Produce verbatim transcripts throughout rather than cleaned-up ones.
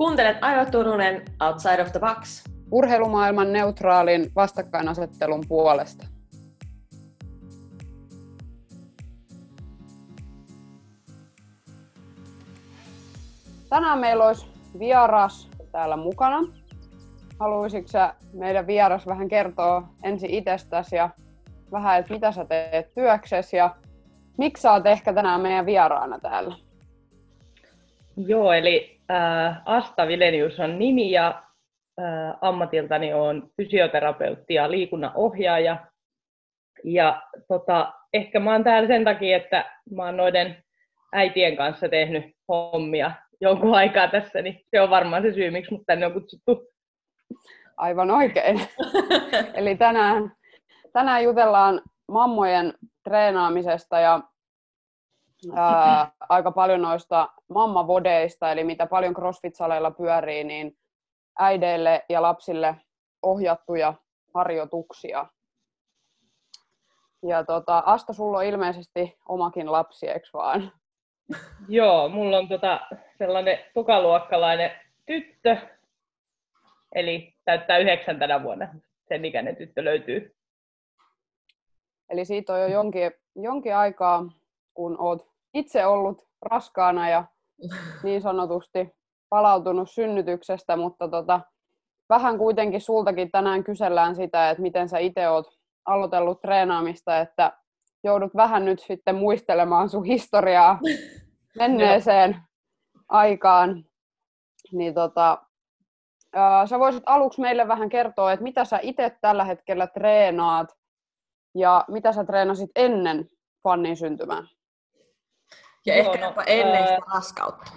Kuuntelet Aiva Turunen Outside of the Box. Urheilumaailman neutraalin vastakkainasettelun puolesta. Tänään meillä olisi vieras täällä mukana. Haluaisitko sä meidän vieras vähän kertoa ensin itsestäsi ja vähän, että mitä sä teet työksesi ja miksi sä oot ehkä tänään meidän vieraana täällä? Joo, eli äh, Asta Vilenius on nimi ja äh, ammatiltani on fysioterapeutti ja liikunnanohjaaja. Ja tota, ehkä mä oon täällä sen takia, että mä oon noiden äitien kanssa tehnyt hommia jonkun aikaa tässä, niin se on varmaan se syy, miksi mut tänne on kutsuttu. Aivan oikein. Eli tänään, tänään jutellaan mammojen treenaamisesta ja ää, aika paljon noista mammavodeista, eli mitä paljon CrossFit-saleilla pyörii, niin äideille ja lapsille ohjattuja harjoituksia. Ja tota, Asta, sulla on ilmeisesti omakin lapsi, eikö vaan? Joo, mulla on tota sellainen tukaluokkalainen tyttö, eli täyttää yhdeksän tänä vuonna. Sen ikäinen tyttö löytyy. Eli siitä on jo jonkin, jonkin aikaa, kun olet itse ollut raskaana ja niin sanotusti palautunut synnytyksestä, mutta tota, vähän kuitenkin sultakin tänään kysellään sitä, että miten sä itse olet aloitellut treenaamista, että joudut vähän nyt sitten muistelemaan sun historiaa menneeseen aikaan. Niin tota, ää, sä voisit aluksi meille vähän kertoa, että mitä sä itse tällä hetkellä treenaat ja mitä sä treenasit ennen Fannin syntymää? Ja Joo, ehkä no, jopa ennen ää... sitä raskautta.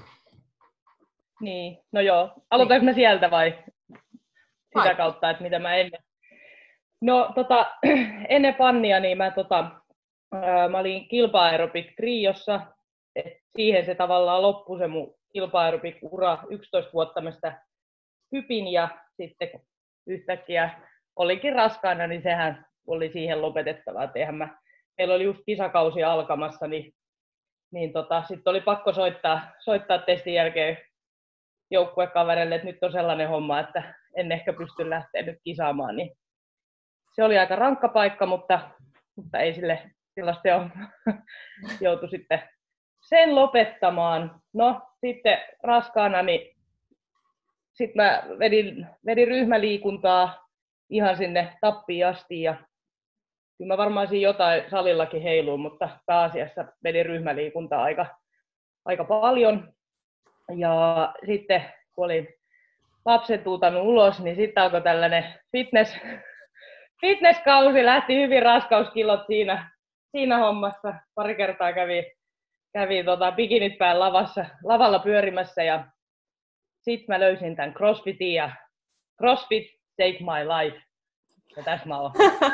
Niin, no joo. Aloitanko niin. mä sieltä vai sitä Vai. kautta, että mitä mä ennen? No tota, ennen Fannia niin mä, tota, ää, mä olin kilpa-aerobik triossa. Et siihen se tavallaan loppui se mun kilpa-aerobik-ura. yksitoista vuotta mä sitä hypin ja sitten yhtäkkiä olinkin raskaana, niin sehän oli siihen lopetettava. Et eihän mä, meillä oli just kisakausi alkamassa, niin, niin tota, sitten oli pakko soittaa, soittaa testin jälkeen joukkuekaverille, että nyt on sellainen homma, että en ehkä pysty lähteä nyt kisaamaan. Niin se oli aika rankka paikka, mutta, mutta ei sille sellaista ole. Joutui sitten sen lopettamaan. No sitten raskaana, niin sitten mä vedin, vedin ryhmäliikuntaa ihan sinne tappiin asti. Ja kyllä mä varmaan siinä jotain salillakin heiluin, mutta pääasiassa vedin ryhmäliikuntaa aika, aika paljon. Ja sitten kun olin lapsen tuutanut ulos, niin sitten alkoi tällainen fitness, fitnesskausi. Lähti hyvin raskauskilot siinä, siinä hommassa. Pari kertaa kävi, kävi tota bikinit päällä lavassa, lavalla pyörimässä. Ja sitten mä löysin tämän CrossFitin ja CrossFit Save My Life. Ja tässä mä oon.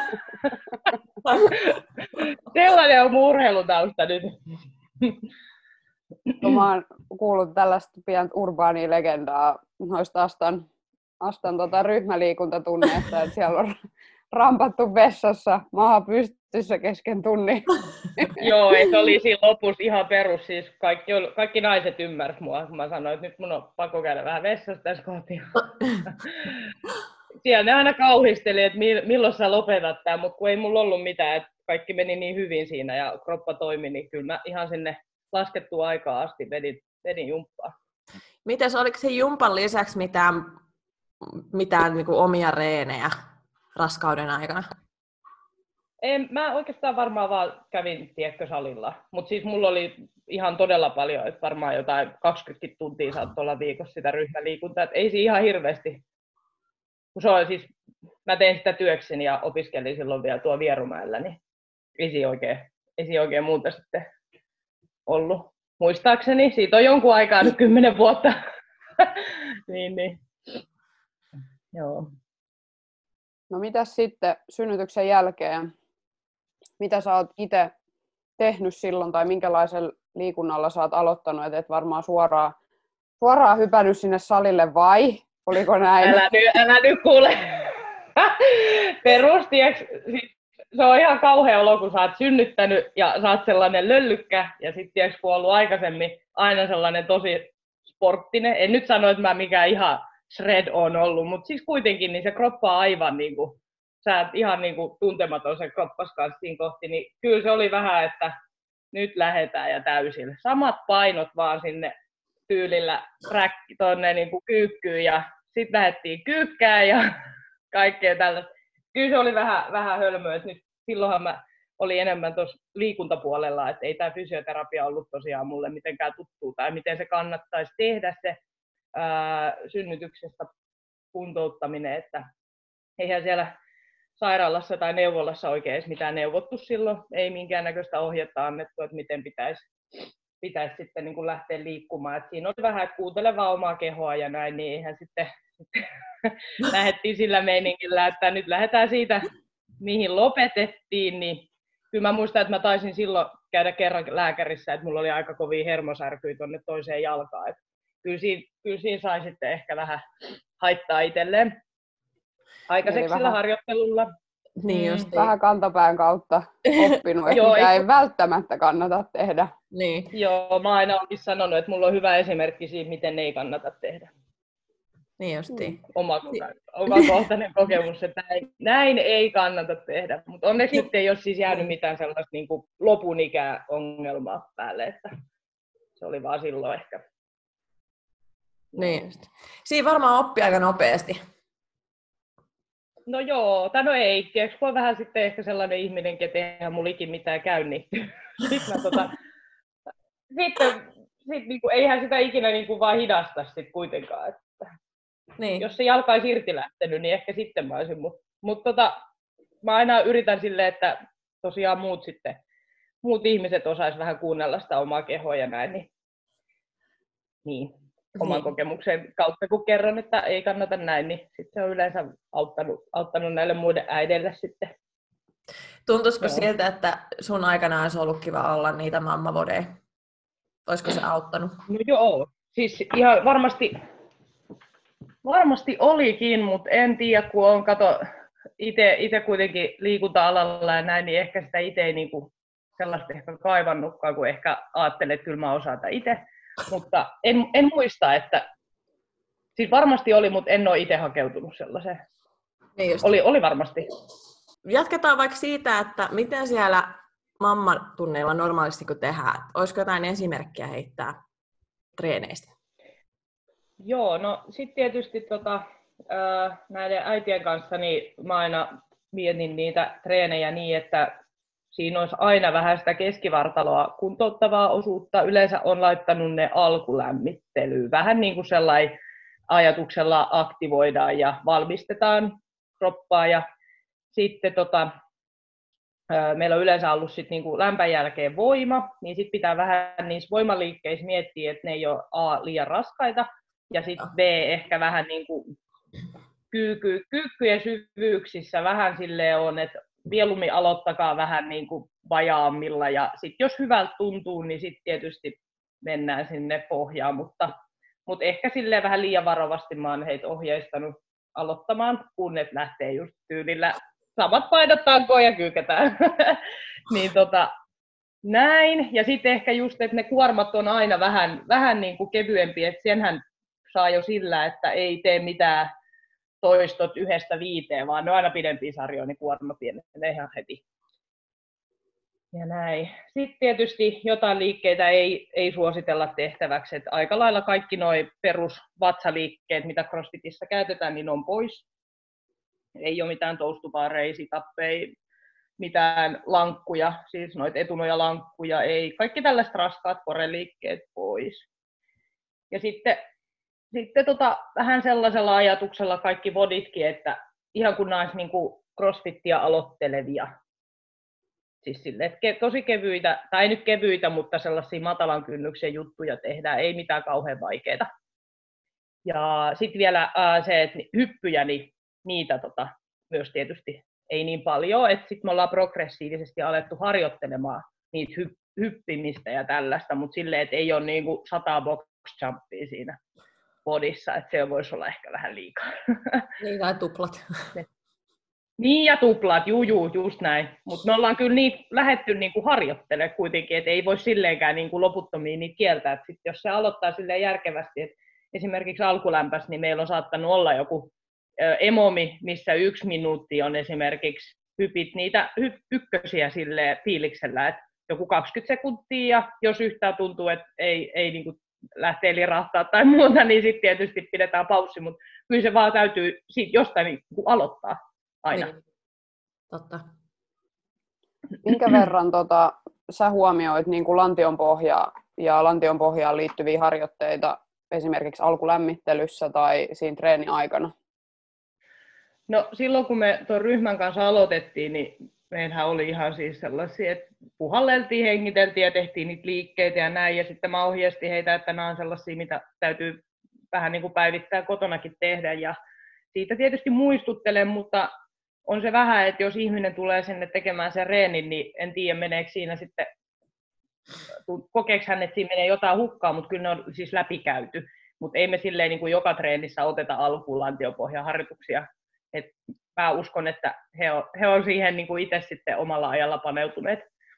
Sellainen on mun urheilutausta nyt. No, mä oon kuullut tällaista pientä urbaania legendaa noista Astan, Astan tota ryhmäliikuntatunneista, että siellä on rampattu vessassa maha pystyssä kesken tunnin. Joo, se oli siinä lopussa ihan perus. Siis kaikki, kaikki naiset ymmärsivät mua, kun mä sanoin, että nyt mun on pakko käydä vähän vessassa tässä kohtia. Siellä ne aina kauhisteli, että milloin sä lopetat tämän, mutta kun ei mulla ollut mitään, että kaikki meni niin hyvin siinä ja kroppa toimi, niin kyllä mä ihan sinne laskettua aikaa asti vedin, vedin jumppaa. Mites, oliko se jumpan lisäksi mitään, mitään niin kuin omia reenejä raskauden aikana? En, mä oikeastaan varmaan vaan kävin tiekkösalilla, mutta siis mulla oli ihan todella paljon, että varmaan jotain kaksikymmentä tuntia saattoi olla viikossa sitä ryhmäliikuntaa, että ei siinä ihan hirveästi. Kun se on siis, mä tein sitä työkseni ja opiskelin silloin vielä tuo Vierumäellä, niin ei siinä oikein, ei siinä oikein muuta sitten ollut. Muistaakseni, siitä on jonkun aikaa nyt kymmenen vuotta. niin, niin. Joo. No mitäs sitten synnytyksen jälkeen? Mitä sä oot itse tehnyt silloin tai minkälaisella liikunnalla sä oot aloittanut? Et et varmaan suoraan, suoraan hypännyt sinne salille vai? Oliko näin? Älä nyt, älä nyt kuule. Perustieks, se on ihan kauhea olo, kun sä oot synnyttänyt ja sä oot sellainen löllykkä ja sitten kun on ollut aikaisemmin aina sellainen tosi sporttinen. En nyt sano, että mä mikään ihan shred on ollut, mutta siis kuitenkin niin se kroppa on aivan niin kuin, sä et ihan niin kuin tuntematon sen kroppas kanssa siinä kohti, niin kyllä se oli vähän, että nyt lähdetään ja täysillä. Samat painot vaan sinne tyylillä räkki tonne niin kuin kyykkyyn ja sitten lähdettiin kyykkään ja kaikkea tällaista. Kyllä se oli vähän, vähän hölmöä, että nyt silloinhan mä olin enemmän tuossa liikuntapuolella, että ei tämä fysioterapia ollut tosiaan mulle mitenkään tuttua tai miten se kannattaisi tehdä se ää, synnytyksestä kuntouttaminen, että eihän siellä sairaalassa tai neuvolassa oikein edes mitään neuvottu silloin, ei minkäännäköistä ohjetta annettu, että miten pitäisi, pitäisi sitten niin kuin lähteä liikkumaan. Et siinä oli vähän, että kuuntele vaan omaa kehoa ja näin, niin eihän sitten, sitten lähdettiin sillä meiningillä, että nyt lähdetään siitä, mihin lopetettiin, niin kyllä mä muistan, että mä taisin silloin käydä kerran lääkärissä, että mulla oli aika kovia hermosärkyjä tuonne toiseen jalkaan. Et kyllä, siinä, kyllä siinä sai sitten ehkä vähän haittaa itselleen aikaiseksi sillä harjoittelulla. Niin just, vähän kantapään kautta oppinut, että Joo, mitä ei ei välttämättä kannata tehdä. niin. Joo, mä aina olenkin sanonut, että mulla on hyvä esimerkki siitä, miten ei kannata tehdä. Niin justiin. Oma, omakohtainen kokemus, että näin, näin ei kannata tehdä. Mutta onneksi niin. nyt ei ole siis jäänyt mitään sellaista niin kuin lopun ikää ongelmaa päälle, että se oli vaan silloin ehkä. Niin just. Siinä varmaan oppii aika nopeasti. No joo, tai no ei. Tiedätkö, kun on vähän sitten ehkä sellainen ihminen, että eihän mulla ikin mitään käy, niin sitten mä tota... Sitten, sit, niin kuin, eihän sitä ikinä niin kuin, vaan hidasta sit kuitenkaan. Että... Niin. Jos se jalka olisi irti lähtenyt, niin ehkä sitten mä olisin. Mutta mut, tota, mä aina yritän silleen, että tosiaan muut sitten, muut ihmiset osais vähän kuunnella sitä omaa kehoa ja näin. Niin, niin. Oman niin. kokemuksen kautta, kun kerron, että ei kannata näin, niin sitten se on yleensä auttanut, auttanut näille muiden äideille sitten. Tuntuisiko Joo. siltä, että sun aikana olisi ollut kiva olla niitä mammavodeja? Olisiko se auttanut? No joo, siis ihan varmasti, varmasti olikin, mutta en tiedä, kun on kato itse kuitenkin liikunta-alalla ja näin, niin ehkä sitä itse ei niinku sellaista ehkä kaivannutkaan, kun ehkä ajattelee, että kyllä mä osaan sitä itse. Mutta en, en muista, että siis varmasti oli, mutta en ole itse hakeutunut sellaiseen. Niin oli, oli varmasti. Jatketaan vaikka siitä, että miten siellä mammatunneilla normaalisti kun tehdään. Olisiko jotain esimerkkiä heittää treeneistä? Joo, no sitten tietysti tota, ää, näiden äitien kanssa niin mä aina mietin niitä treenejä niin, että siinä olisi aina vähän sitä keskivartaloa kuntouttavaa osuutta. Yleensä on laittanut ne alkulämmittelyyn. Vähän niin kuin sellainen ajatuksella aktivoidaan ja valmistetaan kroppaa. Ja sitten tota, meillä on yleensä ollut sit niinku lämpän jälkeen voima, niin sitten pitää vähän niissä voimaliikkeissä miettiä, että ne ei ole A, liian raskaita, ja sitten B, ehkä vähän niinku kyykky, kyykkyjen syvyyksissä vähän silleen on, että mieluummin aloittakaa vähän niin kuin vajaammilla ja sitten jos hyvältä tuntuu, niin sitten tietysti mennään sinne pohjaan, mutta, mutta ehkä silleen vähän liian varovasti mä oon heitä ohjeistanut aloittamaan, kun ne lähtee just tyylillä samat painot tankoon ja kyykätään. niin tota, näin. Ja sitten ehkä just, että ne kuormat on aina vähän, vähän niin kuin kevyempiä, että senhän saa jo sillä, että ei tee mitään toistot yhdestä viiteen, vaan ne on aina pidempiä sarjoja, niin kuorma pienenee ihan heti. Ja näin. Sitten tietysti jotain liikkeitä ei, ei suositella tehtäväksi. Et aika lailla kaikki nuo perusvatsaliikkeet, mitä CrossFitissä käytetään, niin on pois. Ei ole mitään toustupaareja, sitappeja, mitään lankkuja, siis noita etunojalankkuja, ei. Kaikki tällaiset raskaat koreliikkeet pois. Ja sitten Sitten tota, vähän sellaisella ajatuksella kaikki boditkin, että ihan kun nämä olisi niin kuin crossfittiä aloittelevia. Siis sille, että ke, tosi kevyitä, tai ei nyt kevyitä, mutta sellaisia matalan kynnyksen juttuja tehdään, ei mitään kauhean vaikeita. Ja sitten vielä ää, se, että hyppyjä, niin niitä tota, myös tietysti ei niin paljon, että sitten me ollaan progressiivisesti alettu harjoittelemaan niitä hy, hyppimistä ja tällaista, mutta silleen, että ei ole niin kuin sata box jumpia siinä bodissa, että se voisi olla ehkä vähän liikaa. Niin, tai tuplat. Niin ja tuplaat, juu, juu, just näin. Mutta me ollaan kyllä niitä lähdetty niinku harjoittelemaan kuitenkin, että ei voi silleenkään niinku loputtomiin niitä kieltää. Et sit jos se aloittaa silleen järkevästi, että esimerkiksi alkulämpäs, niin meillä on saattanut olla joku ö, emomi, missä yksi minuutti on esimerkiksi hypit niitä hy- ykkösiä silleen fiiliksellä, että joku kaksikymmentä sekuntia, ja jos yhtään tuntuu, että ei, ei niinku lähtee lirahtaa tai muuta, niin sitten tietysti pidetään paussi, mutta kyllä se vaan täytyy siitä jostain niinku aloittaa. Aina. Niin. Totta. Minkä verran tota, sä huomioit niin kuin lantionpohjaa ja lantionpohjaan liittyviä harjoitteita esimerkiksi alkulämmittelyssä tai siinä treenin aikana? No silloin kun me tuon ryhmän kanssa aloitettiin, niin meillähän oli ihan siis sellaisia, että puhalleltiin, hengiteltiin ja tehtiin niitä liikkeitä ja näin. Ja sitten mä ohjeistin heitä, että nämä on sellaisia, mitä täytyy vähän niin kuin päivittää kotonakin tehdä. Ja siitä tietysti muistuttelen, mutta on se vähän, että jos ihminen tulee sinne tekemään sen reenin, niin en tiedä meneekö siinä sitten, kokeeko hän, että siinä menee jotain hukkaa, mutta kyllä ne on siis läpikäyty. Mutta ei me silleen niin kuin joka treenissä oteta alkuun lantiopohjan harjoituksia. Et mä uskon, että he on, he on siihen niin kuin itse sitten omalla ajalla paneutuneet.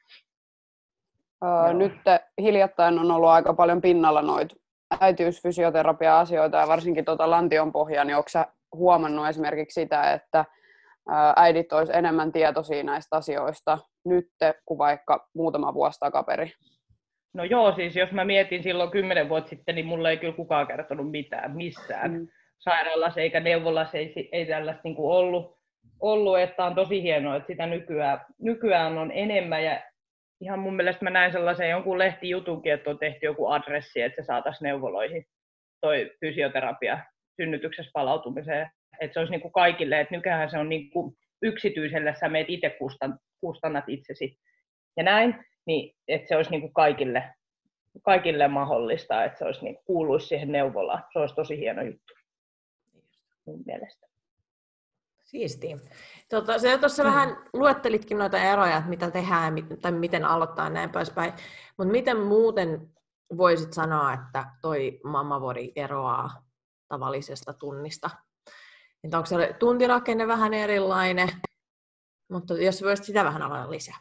Öö, nyt hiljattain on ollut aika paljon pinnalla noita äitiysfysioterapia-asioita ja varsinkin tuota lantionpohjaa, niin onko sä huomannut esimerkiksi sitä, että äidit olisi enemmän tietoisia näistä asioista nyt kuin vaikka muutama vuosi takaperi? No joo, siis jos mä mietin silloin kymmenen vuotta sitten, niin mulle ei kyllä kukaan kertonut mitään missään mm. sairaalassa eikä neuvolassa, ei, ei tällaista niin kuin ollut, ollut, että on tosi hienoa, että sitä nykyään, nykyään on enemmän. Ja ihan mun mielestä mä näin sellaisen jonkun lehtijutunkin, että on tehty joku adressi, että se saataisiin neuvoloihin, toi fysioterapia synnytyksessä palautumiseen. Että se olisi niin kuin kaikille, että nykyään se on niin kuin yksityisellä, sä meet itse kustan, kustannat itsesi ja näin, niin että se olisi niin kuin kaikille, kaikille mahdollista, että se olisi niin kuin kuuluisi siihen neuvolaan. Se olisi tosi hieno juttu mun mielestä. Siistiä. Tota, se tuossa mm. vähän luettelitkin noita eroja, että mitä tehdään tai miten aloittaa näin poispäin, mutta miten muuten voisit sanoa, että toi mammavuori eroaa tavallisesta tunnista? Että onko se tuntirakenne vähän erilainen, mutta jos voisit sitä vähän avata lisää.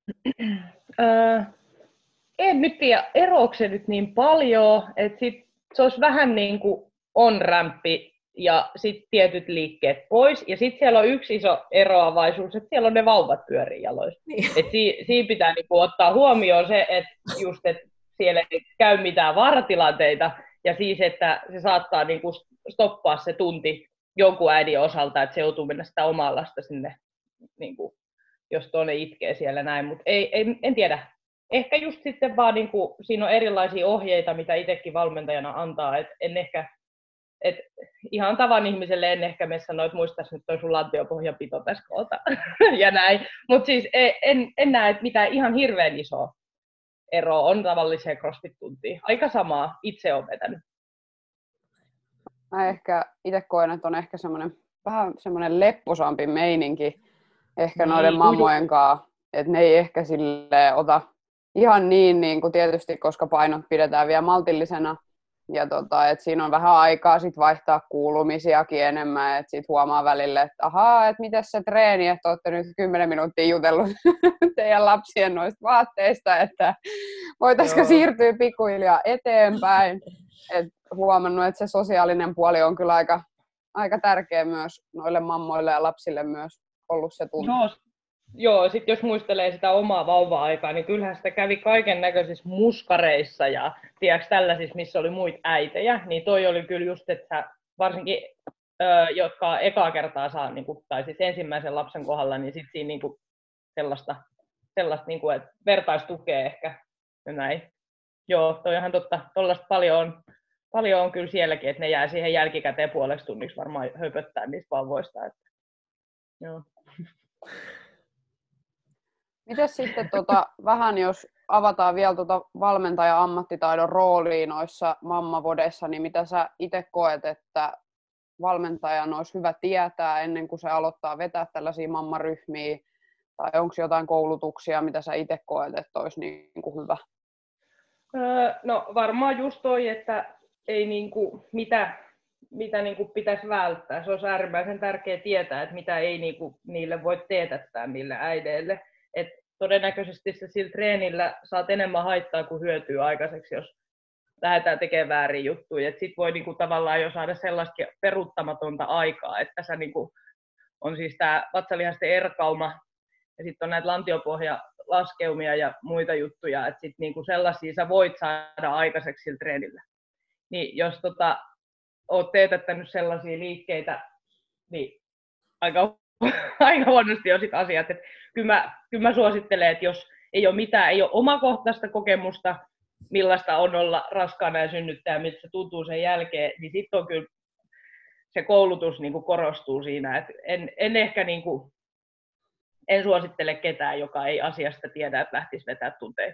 Öö, en nyt tiedä, eroako se nyt niin paljon, että sit se olisi vähän niin kuin on-rämppi ja sitten tietyt liikkeet pois. Ja sitten siellä on yksi iso eroavaisuus, että siellä on ne vauvat pyörii jaloissa. Niin. Et si- siinä pitää niinku ottaa huomioon se, että just, että siellä ei käy mitään vaaratilanteita. Ja siis, että se saattaa niinku stoppaa se tunti jonkun äidin osalta, että se joutuu mennä sitä omaa lasta sinne, niin kuin, jos tuonne itkee siellä näin, mutta ei, ei, en tiedä. Ehkä just sitten vaan niin kuin, siinä on erilaisia ohjeita, mitä itsekin valmentajana antaa, että en ehkä, et ihan tavan ihmiselle en ehkä mene sanoa, että muistaisi nyt toi sun lantiopohjapito tässä koota ja näin, mutta siis en, en näe, että mitään ihan hirveän isoa eroa on tavalliseen crossfit-tuntiin. Aika samaa itse olen vetänyt. Mä ehkä itse koen, että on ehkä semmoinen vähän semmoinen lepposampi meininki ehkä niin, noiden mammojen kanssa, että ne ei ehkä silleen ota ihan niin, niin kuin tietysti, koska painot pidetään vielä maltillisena ja tota, että siinä on vähän aikaa sit vaihtaa kuulumisiakin enemmän, että sit huomaa välillä, että ahaa, että mitäs se treeni, että olette nyt kymmenen minuuttia jutellut teidän lapsien noista vaatteista, että voitaisiko siirtyä pikkuhiljaa eteenpäin. Et huomannut, että se sosiaalinen puoli on kyllä aika, aika tärkeä myös noille mammoille ja lapsille myös ollut se tunti. Joo, joo sitten jos muistelee sitä omaa vauva-aikaa, niin kyllähän sitä kävi kaiken näköisissä muskareissa ja tiedätkö, tällaisissa, missä oli muita äitejä, niin toi oli kyllä just, että varsinkin, ö, jotka ekaa kertaa saa, niin kuin, tai siis ensimmäisen lapsen kohdalla, niin sitten siinä niin kuin, sellaista, sellaista niin kuin, että vertaistukea ehkä ja näin. Joo, toi on ihan totta, tollaista paljon on. Paljon on kyllä sielläkin, että ne jää siihen jälkikäteen puoleksi tunniksi varmaan höpöttää niistä vauvoista. Että... Joo. Mites sitten tota, vähän, jos avataan vielä tuota valmentaja-ammattitaidon roolia noissa mammavodeissa, niin mitä sä itse koet, että valmentajan olisi hyvä tietää ennen kuin se aloittaa vetää tällaisia mammaryhmiä, tai onko jotain koulutuksia, mitä sä itse koet, että olisi niin kuin hyvä? Öö, no varmaan just toi, että ei niinku, mitä, mitä niin kuin pitäisi välttää. Se on äärimmäisen tärkeää tietää, että mitä ei niin kuin niille voi teetättää niille äideille. Et todennäköisesti se sillä treenillä saat enemmän haittaa kuin hyötyä aikaiseksi, jos lähdetään tekemään väärin juttuja. Sitten voi niin kuin tavallaan jo saada sellaista peruuttamatonta aikaa, että sä niin kuin, on siis tämä vatsalihasten erkauma ja sitten on näitä lantiopohjalaskeumia ja muita juttuja, että sitten niin kuin sellaisia sä voit saada aikaiseksi sillä treenillä. Niin jos tota, oot teetättänyt sellaisia liikkeitä, niin aika, aika huonosti on sit asiat. Et kyllä, mä, kyllä mä suosittelen, että jos ei ole mitään, ei ole omakohtaista kokemusta, millaista on olla raskaana ja synnyttää, miltä se tuntuu sen jälkeen, niin sitten on kyllä se koulutus niin kuin korostuu siinä. Et en, en ehkä niin kuin, en suosittele ketään, joka ei asiasta tiedä, että lähtisi vetää tunteja.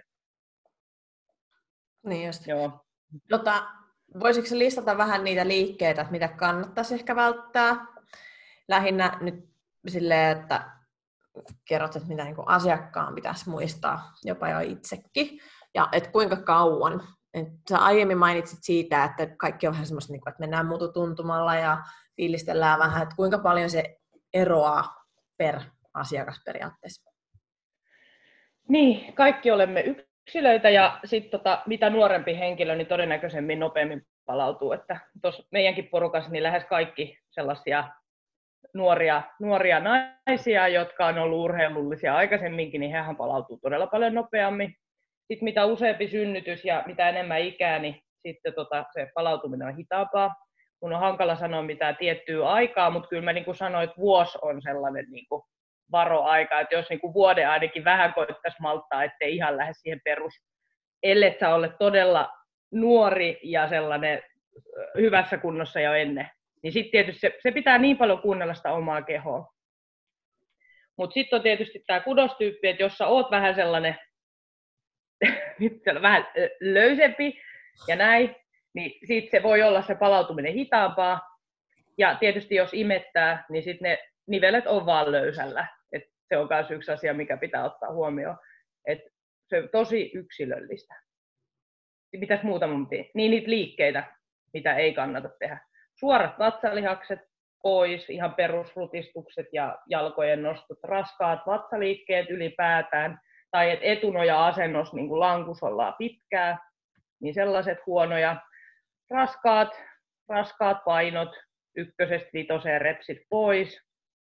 Niin just. Joo. Tota, voisitko listata vähän niitä liikkeitä, että mitä kannattaisi ehkä välttää? Lähinnä nyt silleen, että kerrot, että mitä niin kuin asiakkaan pitäisi muistaa, jopa jo itsekin. Ja että kuinka kauan. Et sä aiemmin mainitsit siitä, että kaikki on vähän semmoista, että mennään mututuntumalla ja fiilistellään vähän, että kuinka paljon se eroaa per asiakas periaatteessa. Niin, kaikki olemme yksilöitä ja sit tota, mitä nuorempi henkilö, niin todennäköisemmin nopeammin palautuu. Että tuossa meidänkin porukassa niin lähes kaikki sellaisia nuoria, nuoria naisia, jotka on ollut urheilullisia aikaisemminkin, niin hehän palautuu todella paljon nopeammin. Sitten mitä useampi synnytys ja mitä enemmän ikää, niin sitten tota, se palautuminen on hitaampaa. Mun on hankala sanoa mitään tiettyä aikaa, mutta kyllä mä niin kuin sanoin, että vuosi on sellainen niin kuin varoaika, että jos niin kuin vuoden ainakin vähän koittaisi malttaa, ettei ihan lähde siihen perus, ellei sä ole todella nuori ja sellainen hyvässä kunnossa jo ennen, niin sitten tietysti se, se pitää niin paljon kuunnella sitä omaa kehoa. Mutta sitten on tietysti tämä kudostyyppi, että jos sä oot vähän sellainen nyt vähän löysempi ja näin, niin sitten se voi olla se palautuminen hitaampaa. Ja tietysti jos imettää, niin sitten ne nivelet on vaan löysällä. Et se on myös yksi asia, mikä pitää ottaa huomioon. Et se on tosi yksilöllistä. Mitäs muuta mun pitää? Niin niitä liikkeitä, mitä ei kannata tehdä. Suorat vatsalihakset pois, ihan perusrutistukset ja jalkojen nostot, raskaat vatsaliikkeet ylipäätään. Tai että etunoja-asennos, niin kuin lankus ollaan pitkää, niin sellaiset huonoja. Raskaat, raskaat painot, ykkösestä vitoseen repsit pois.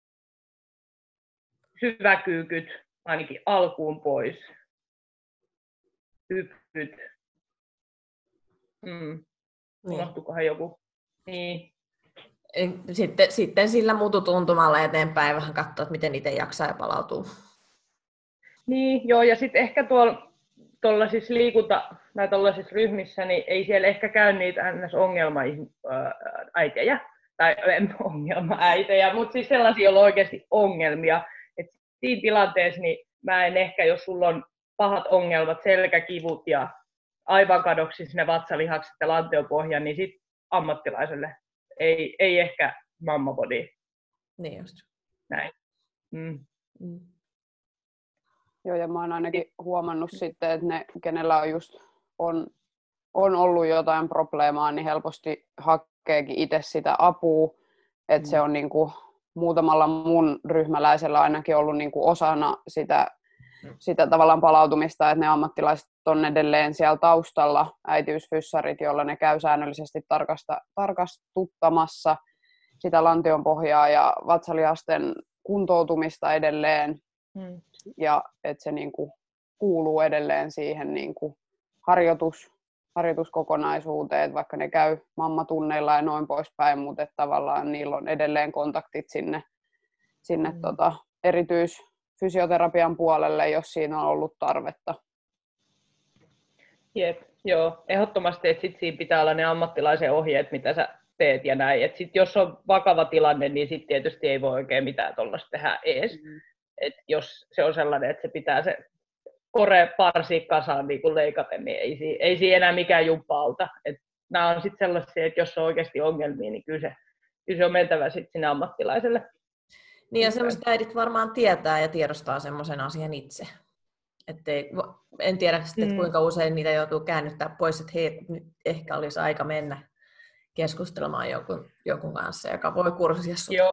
Syväkyykyt, ainakin alkuun pois. Hyppyt. Mm. Unohtuikohan joku? Niin. Sitten, sitten sillä mututuntumalla eteenpäin vähän katsoa, että miten itse jaksaa ja palautuu. Niin, joo, ja sitten ehkä tuolla tuollaisissa liikunta- tai tuollaisissa ryhmissä, niin ei siellä ehkä käy niitä ongelma-äitejä, tai ongelma-äitejä, mutta siis sellaisia, joilla on oikeasti ongelmia. Et siinä tilanteessa niin mä en ehkä, jos sulla on pahat ongelmat, selkäkivut ja aivan kadoksissa ne vatsalihakset ja lantiopohja, niin sit ammattilaiselle ei, ei ehkä mammabody. Niin just. Näin. Mm. Mm. Joo, ja mä oon ainakin huomannut sitten, että ne, kenellä on just on, on ollut jotain probleemaa, niin helposti hakeekin itse sitä apua. Että mm. se on niinku muutamalla mun ryhmäläisellä ainakin ollut niinku osana sitä, mm. sitä tavallaan palautumista, että ne ammattilaiset on edelleen siellä taustalla, äitiysfyssarit, joilla ne käy säännöllisesti tarkasta, tarkastuttamassa sitä lantionpohjaa ja vatsalihasten kuntoutumista edelleen. Mm. Ja että se niinku kuuluu edelleen siihen niinku harjoitus, harjoituskokonaisuuteen, vaikka ne käy mammatunneilla ja noin poispäin, mutta että tavallaan niillä on edelleen kontaktit sinne, sinne mm. tota, erityisfysioterapian puolelle, jos siinä on ollut tarvetta. Jep, joo, ehdottomasti, että sit siinä pitää olla ne ammattilaisen ohjeet, mitä sä teet ja näin. Et sit jos on vakava tilanne, niin sit tietysti ei voi oikein mitään tuollaista tehdä ees. Mm. Et jos se on sellainen, että se pitää se kore parsi kasaan niin leikaten, niin ei, si- ei siinä enää mikään jumppa auta. Et nämä on sitten sellaisia, että jos on oikeasti ongelmia, niin kyllä se, kyllä se on mentävä sitten sinne ammattilaiselle. Niin ja sellaiset äidit varmaan tietää ja tiedostaa semmoisen asian itse. Ettei, en tiedä sitten, mm. kuinka usein niitä joutuu käännyttää pois, että hei, nyt ehkä olisi aika mennä keskustelemaan jonkun, jonkun kanssa, joka voi kurssia sut. Joo.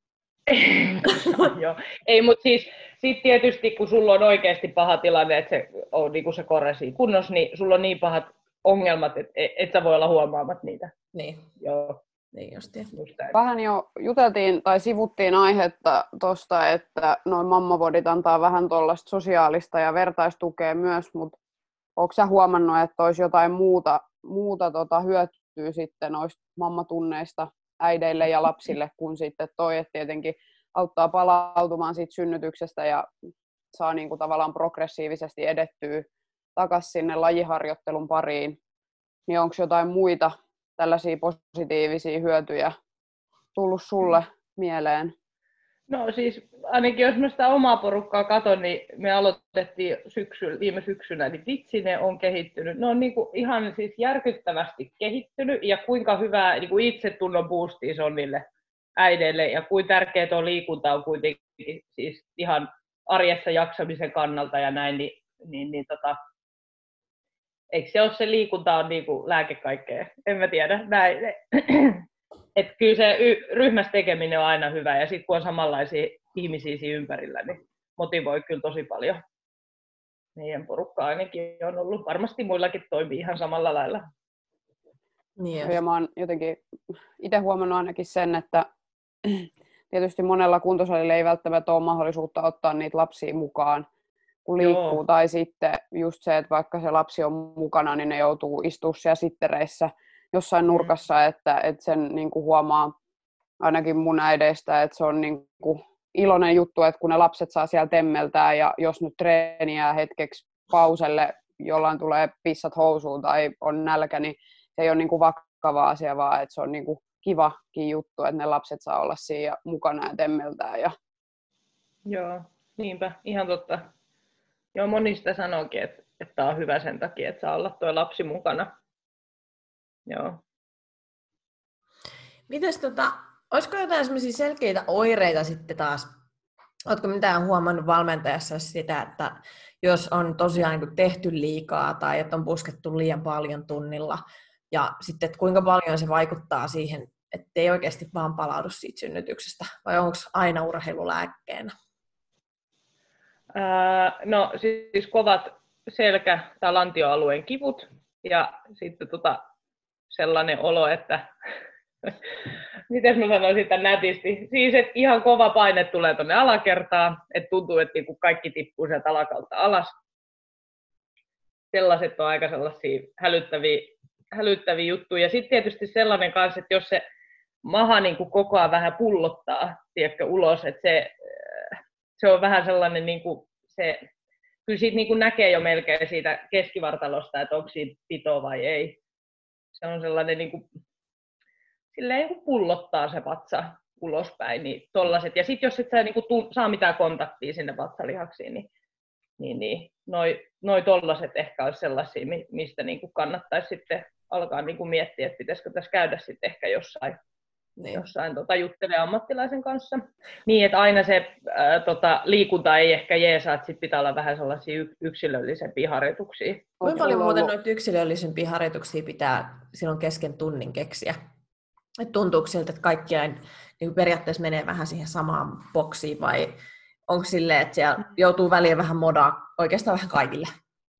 Joo. Ei, mutta siis sit tietysti kun sulla on oikeasti paha tilanne, että se on niin kuin se koresi kunnossa, niin sulla on niin pahat ongelmat, että et, et sä voi olla huomaamat niitä. Niin. Joo. Niin justiin. Vähän jo juteltiin tai sivuttiin aihetta tuosta, että noin mammavodit antaa vähän tuollaista sosiaalista ja vertaistukea myös, mutta onko sä huomannut, että olisi jotain muuta, muuta tota hyötyä sitten noista mammatunneista äideille ja lapsille, kun sitten toi, että tietenkin auttaa palautumaan siitä synnytyksestä ja saa niinku tavallaan progressiivisesti edettyä takaisin sinne lajiharjoittelun pariin, niin onko jotain muita tällaisia positiivisia hyötyjä tullut sulle mieleen? No siis ainakin jos mä sitä omaa porukkaa katon, niin me aloitettiin syksy, viime syksynä, niin vitsi ne on kehittynyt. Ne on niin kuin ihan siis järkyttävästi kehittynyt ja kuinka hyvää niin kuin itsetunnon boostia se on niille äideille ja kuinka tärkeää tuo liikunta on kuitenkin siis ihan arjessa jaksamisen kannalta ja näin, niin, niin, niin tota, eikö se ole se liikunta on niin kuin lääke kaikkeen? En mä tiedä. Näin. Että kyllä se y- ryhmässä tekeminen on aina hyvä ja sitten kun on samanlaisia ihmisiä siinä ympärillä, niin motivoi kyllä tosi paljon. Meidän porukka ainakin on ollut, varmasti muillakin toimii ihan samalla lailla. Niin ja mä oon jotenkin itse huomannut ainakin sen, että tietysti monella kuntosalilla ei välttämättä ole mahdollisuutta ottaa niitä lapsia mukaan, kun liikkuu. Joo. Tai sitten just se, että vaikka se lapsi on mukana, niin ne joutuu istumaan siellä sittereissä jossain nurkassa, mm. että, että sen niin kuin huomaa ainakin mun äideistä, että se on niin kuin iloinen juttu, että kun ne lapset saa siellä temmeltää ja jos nyt treeni jää hetkeksi pauselle, jollain tulee pissat housuun tai on nälkä, niin se ei ole niin kuin vakava asia, vaan että se on niin kuin kivakin juttu, että ne lapset saa olla siinä mukana ja temmeltää. Ja... Joo, niinpä, ihan totta. Joo, moni sitä sanookin, että, että on hyvä sen takia, että saa olla tuo lapsi mukana. Joo. Mites tota, olisiko jotain sellaisia selkeitä oireita sitten taas? Oletko mitään huomannut valmentajassa sitä, että jos on tosiaan niin tehty liikaa tai että on puskettu liian paljon tunnilla ja sitten että kuinka paljon se vaikuttaa siihen, että ei oikeasti vaan palaudu siitä synnytyksestä vai onko aina urheilulääkkeenä? Ää, no siis kovat selkä- tai lantioalueen kivut ja sitten tota, sellainen olo, että miten mä sanoisin tämän nätisti, siis että ihan kova paine tulee tuonne alakertaan, että tuntuu, että niinku kaikki tippuu sieltä alakautta alas. Sellaiset on aika sellaisia hälyttäviä, hälyttäviä juttuja. Ja sitten tietysti sellainen kanssa, että jos se maha niinku koko ajan vähän pullottaa, tiedätkö, ulos, että se, se on vähän sellainen, niinku, se, kyllä siitä niinku näkee jo melkein siitä keskivartalosta, että onko siitä pitoa vai ei. Se on sellainen niinku, silleen niin kuin pullottaa se vatsa ulospäin, niin tollaset. Ja sitten jos et sä niin kuin tu- saa mitään kontaktia sinne vatsalihaksiin, niin, niin, niin noi, noi tollaset ehkä olisi sellaisia, mistä niin kuin kannattaisi sitten alkaa niin kuin miettiä, että pitäisikö tässä käydä sitten ehkä jossain, niin. jossain tota, juttelee ammattilaisen kanssa. Niin, että aina se ää, tota, liikunta ei ehkä jeesaa, että sit pitää olla vähän sellaisia yksilöllisempiä harjoituksia. Kuinka paljon muuten noita yksilöllisempiä harjoituksia pitää silloin kesken tunnin keksiä? Et tuntuuko siltä, että kaikkien niin periaatteessa menee vähän siihen samaan boksiin vai onko silleen, että siellä joutuu väliin vähän modaa oikeastaan vähän kaikille?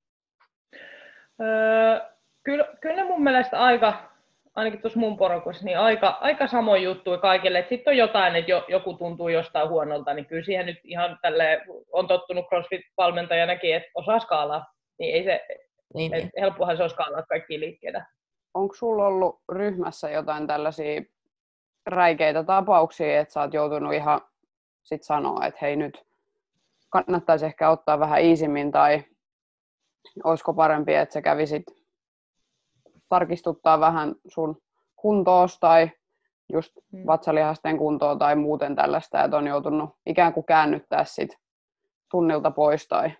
Öö, kyllä, kyllä mun mielestä aika, ainakin tuossa mun porukassa, niin aika, aika samoin juttuja kaikille. Sitten on jotain, että jo, joku tuntuu jostain huonolta, niin kyllä siihen nyt ihan tälleen, on tottunut CrossFit-valmentajanakin, että osaa skaalaa. Niin ei se, niin, niin. Helppohan se on skaalaa kaikkia liikkeitä. Onko sulla ollut ryhmässä jotain tällaisia räikeitä tapauksia, että sä oot joutunut ihan sit sanoa, että hei nyt kannattaisi ehkä ottaa vähän iisimmin tai olisiko parempi, että sä kävisit tarkistuttaa vähän sun kuntoos tai just vatsalihasten kuntoa tai muuten tällaista, että on joutunut ikään kuin käännyttää sit tunnilta pois tai...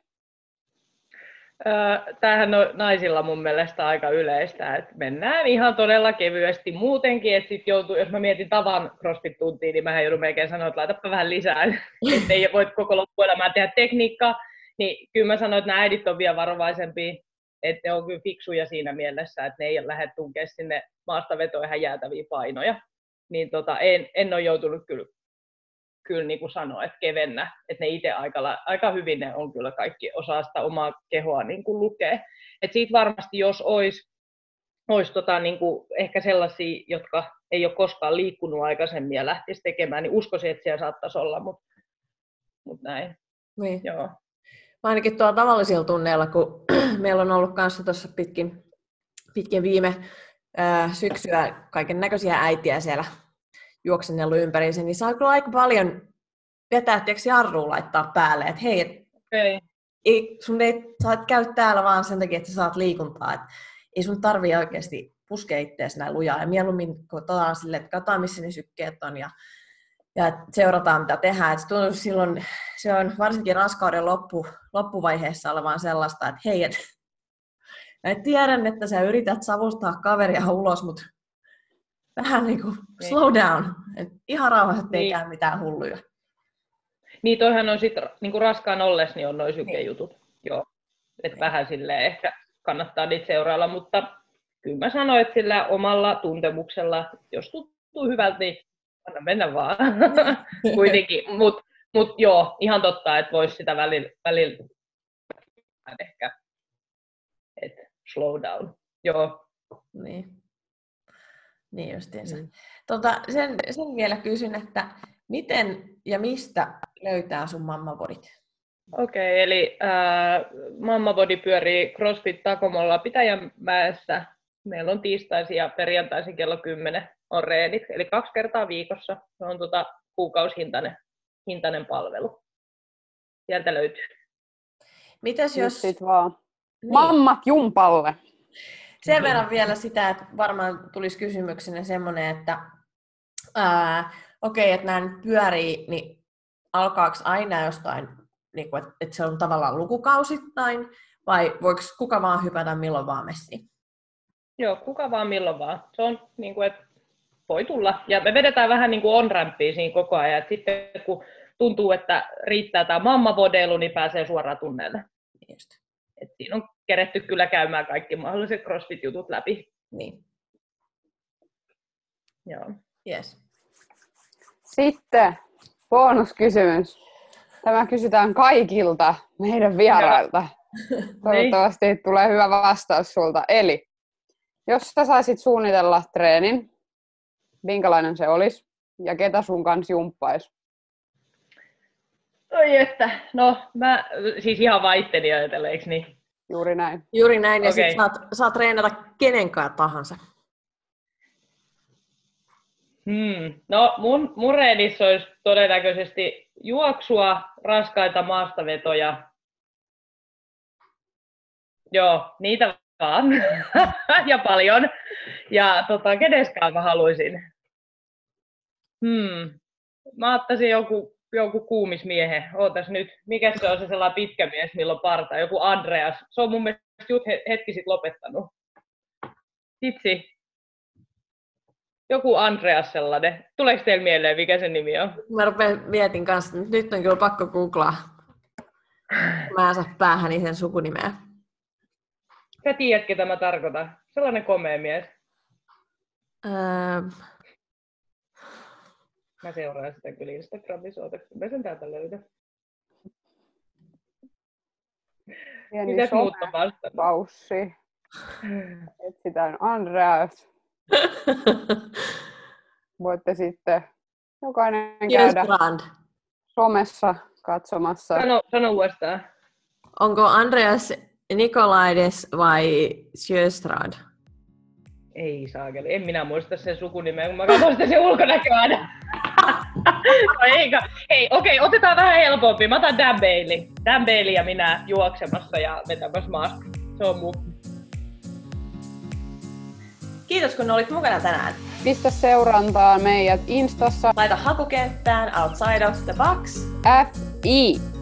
Tämähän on naisilla mun mielestä aika yleistä, että mennään ihan todella kevyesti muutenkin, että sit joutuu, jos mä mietin tavan CrossFit-tuntia, niin mähän joudun melkein sanoa, että laitapa vähän lisää, että ei voi koko loppuelämää tehdä tekniikkaa, niin kyllä mä sanoin, että nämä äidit on vielä varovaisempia, että ne on kyllä fiksuja siinä mielessä, että ne ei lähde tunkemaan sinne maastavetoon ihan jäätäviä painoja. Niin tota, en, en ole joutunut kyllä, kyllä niin kuin sanoa, että kevennä. Että ne itse aika, aika hyvin ne on kyllä kaikki osaa sitä omaa kehoa niin kuin lukea. Et siitä varmasti, jos olisi, olisi tota, niin kuin ehkä sellaisia, jotka ei ole koskaan liikkunut aikaisemmin ja lähtisi tekemään, niin uskoisin, että siellä saattaisi olla, mutta mut näin. Niin. Joo. Ainakin tuolla tavallisilla tunneilla, kun meillä on ollut kanssa tuossa pitkin, pitkin viime ää, syksyä kaiken näköisiä äitiä siellä juoksennellut ympäriinsä, niin saa kyllä aika paljon vetää, tiedätkö, jarrua laittaa päälle, että hei, et, Okay. ei, sun ei, sä et käy täällä vaan sen takia, että sä saat liikuntaa, että ei sun tarvii oikeasti puskea itseäsi näin lujaa, ja mieluummin katsotaan silleen, että katsotaan missä ne sykkeet on, ja, ja seurataan mitä tehdään, että se tuntuu silloin, se on varsinkin raskauden loppu, loppuvaiheessa olevaan sellaista, että hei, et, et tiedän, että sä yrität savustaa kaveria ulos, mutta vähän niin kuin niin. slow down, et ihan rauhassa, ettei Niin. käy mitään hulluja. Niin toihan on sitten niinku raskaan ollessa, niin on noin sykejutut. Niin. Joo. Et niin. Vähän silleen ehkä kannattaa niitä seurailla, mutta kyllä mä sanoin, että sillä omalla tuntemuksella, jos tuntuu hyvältä, niin anna mennä vaan. Kuitenkin. Mutta mut joo, ihan totta, että voisi sitä välillä, välillä ehkä, että slow down. Joo. Niin, niin justiinsa. Mm. Tota, sen, sen vielä kysyn, että miten ja mistä löytää sun mammabodit? Okei, okay, eli äh, mammabody pyörii CrossFit Takomolla Pitäjänmäessä. Meillä on tiistaisin ja perjantaisin kello kymmenen on reenit, eli kaksi kertaa viikossa. Se on tota, kuukausihintainen hintainen palvelu. Sieltä löytyy. Mitäs jos... Sit vaan. Niin. Mammat jumpalle! Sen verran vielä sitä, että varmaan tulisi kysymyksenä semmoinen, että ää, okei, okay, että nämä nyt pyörii, niin alkaako aina jostain, niin kuin, että se on tavallaan lukukausittain, vai voiko kuka vaan hypätä milloin vaan messiin? Joo, kuka vaan milloin vaan. Se on niin kuin, että voi tulla. Ja me vedetään vähän niin kuin on-rampia siinä koko ajan. Et sitten kun tuntuu, että riittää tämä mammavodeilu, niin pääsee suoraan tunneille. Just. Et siinä on keretty kyllä käymään kaikki mahdolliset CrossFit-jutut läpi. Niin. Joo. Yes. Sitten bonuskysymys. Tämä kysytään kaikilta meidän vierailta. Toivottavasti tulee hyvä vastaus sulta. Eli, jos sä saisit suunnitella treenin, minkälainen se olisi ja ketä sun kanssa jumppaisi? Oi että, no mä siis ihan vaan itteni ajatellen, eikö niin? Juuri näin. Juuri näin, ja Okei. sit saat, saat treenata kenenkaan tahansa. Hmm. No mun, mun reenissä olisi todennäköisesti juoksua, raskaita maastavetoja. Joo, niitä vaan. Ja paljon. Ja tota, keneskään mä haluaisin. Hmm. Mä ottaisin joku, joku kuumismiehen. Ootas nyt. Mikä se on se sellainen pitkä mies, millä on parta? Joku Andreas. Se on mun mielestä just hetki sit lopettanut. Vitsi. Joku Andreas sellainen. Tuleeko teille mieleen, mikä sen nimi on? Mä rupean mietin kanssa, että nyt on kyllä pakko googlaa. Mä en saa päähäni sen sukunimeä. Sä tiedät, ketä mä tarkoitan. Sellainen komea mies. Öö, Mä seuraan sitä kyllä Instagramissa. Oota, mä sen täältä löydän. Pieni Mitäs muut on vastannut? paussi. Etsitään Andreas. Voitte sitten jokainen käydä Sjöstrand. somessa katsomassa. Sano, sano uudestaan. Onko Andreas Nikolaides vai Sjöstrand? Ei saakeli, en minä muista sen sukunimeä, kun mä katson sitä sen ulkonäköä aina. No eikä. Hei, okei, otetaan vähän helpompi. Mä otan Dan Bailey. Dan Bailey ja minä juoksemassa ja vetämässä maasta. Se on mun. Kiitos kun olit mukana tänään. Pistä seurantaa meidät Instassa Laita hakukenttään Outside of the Box. F I.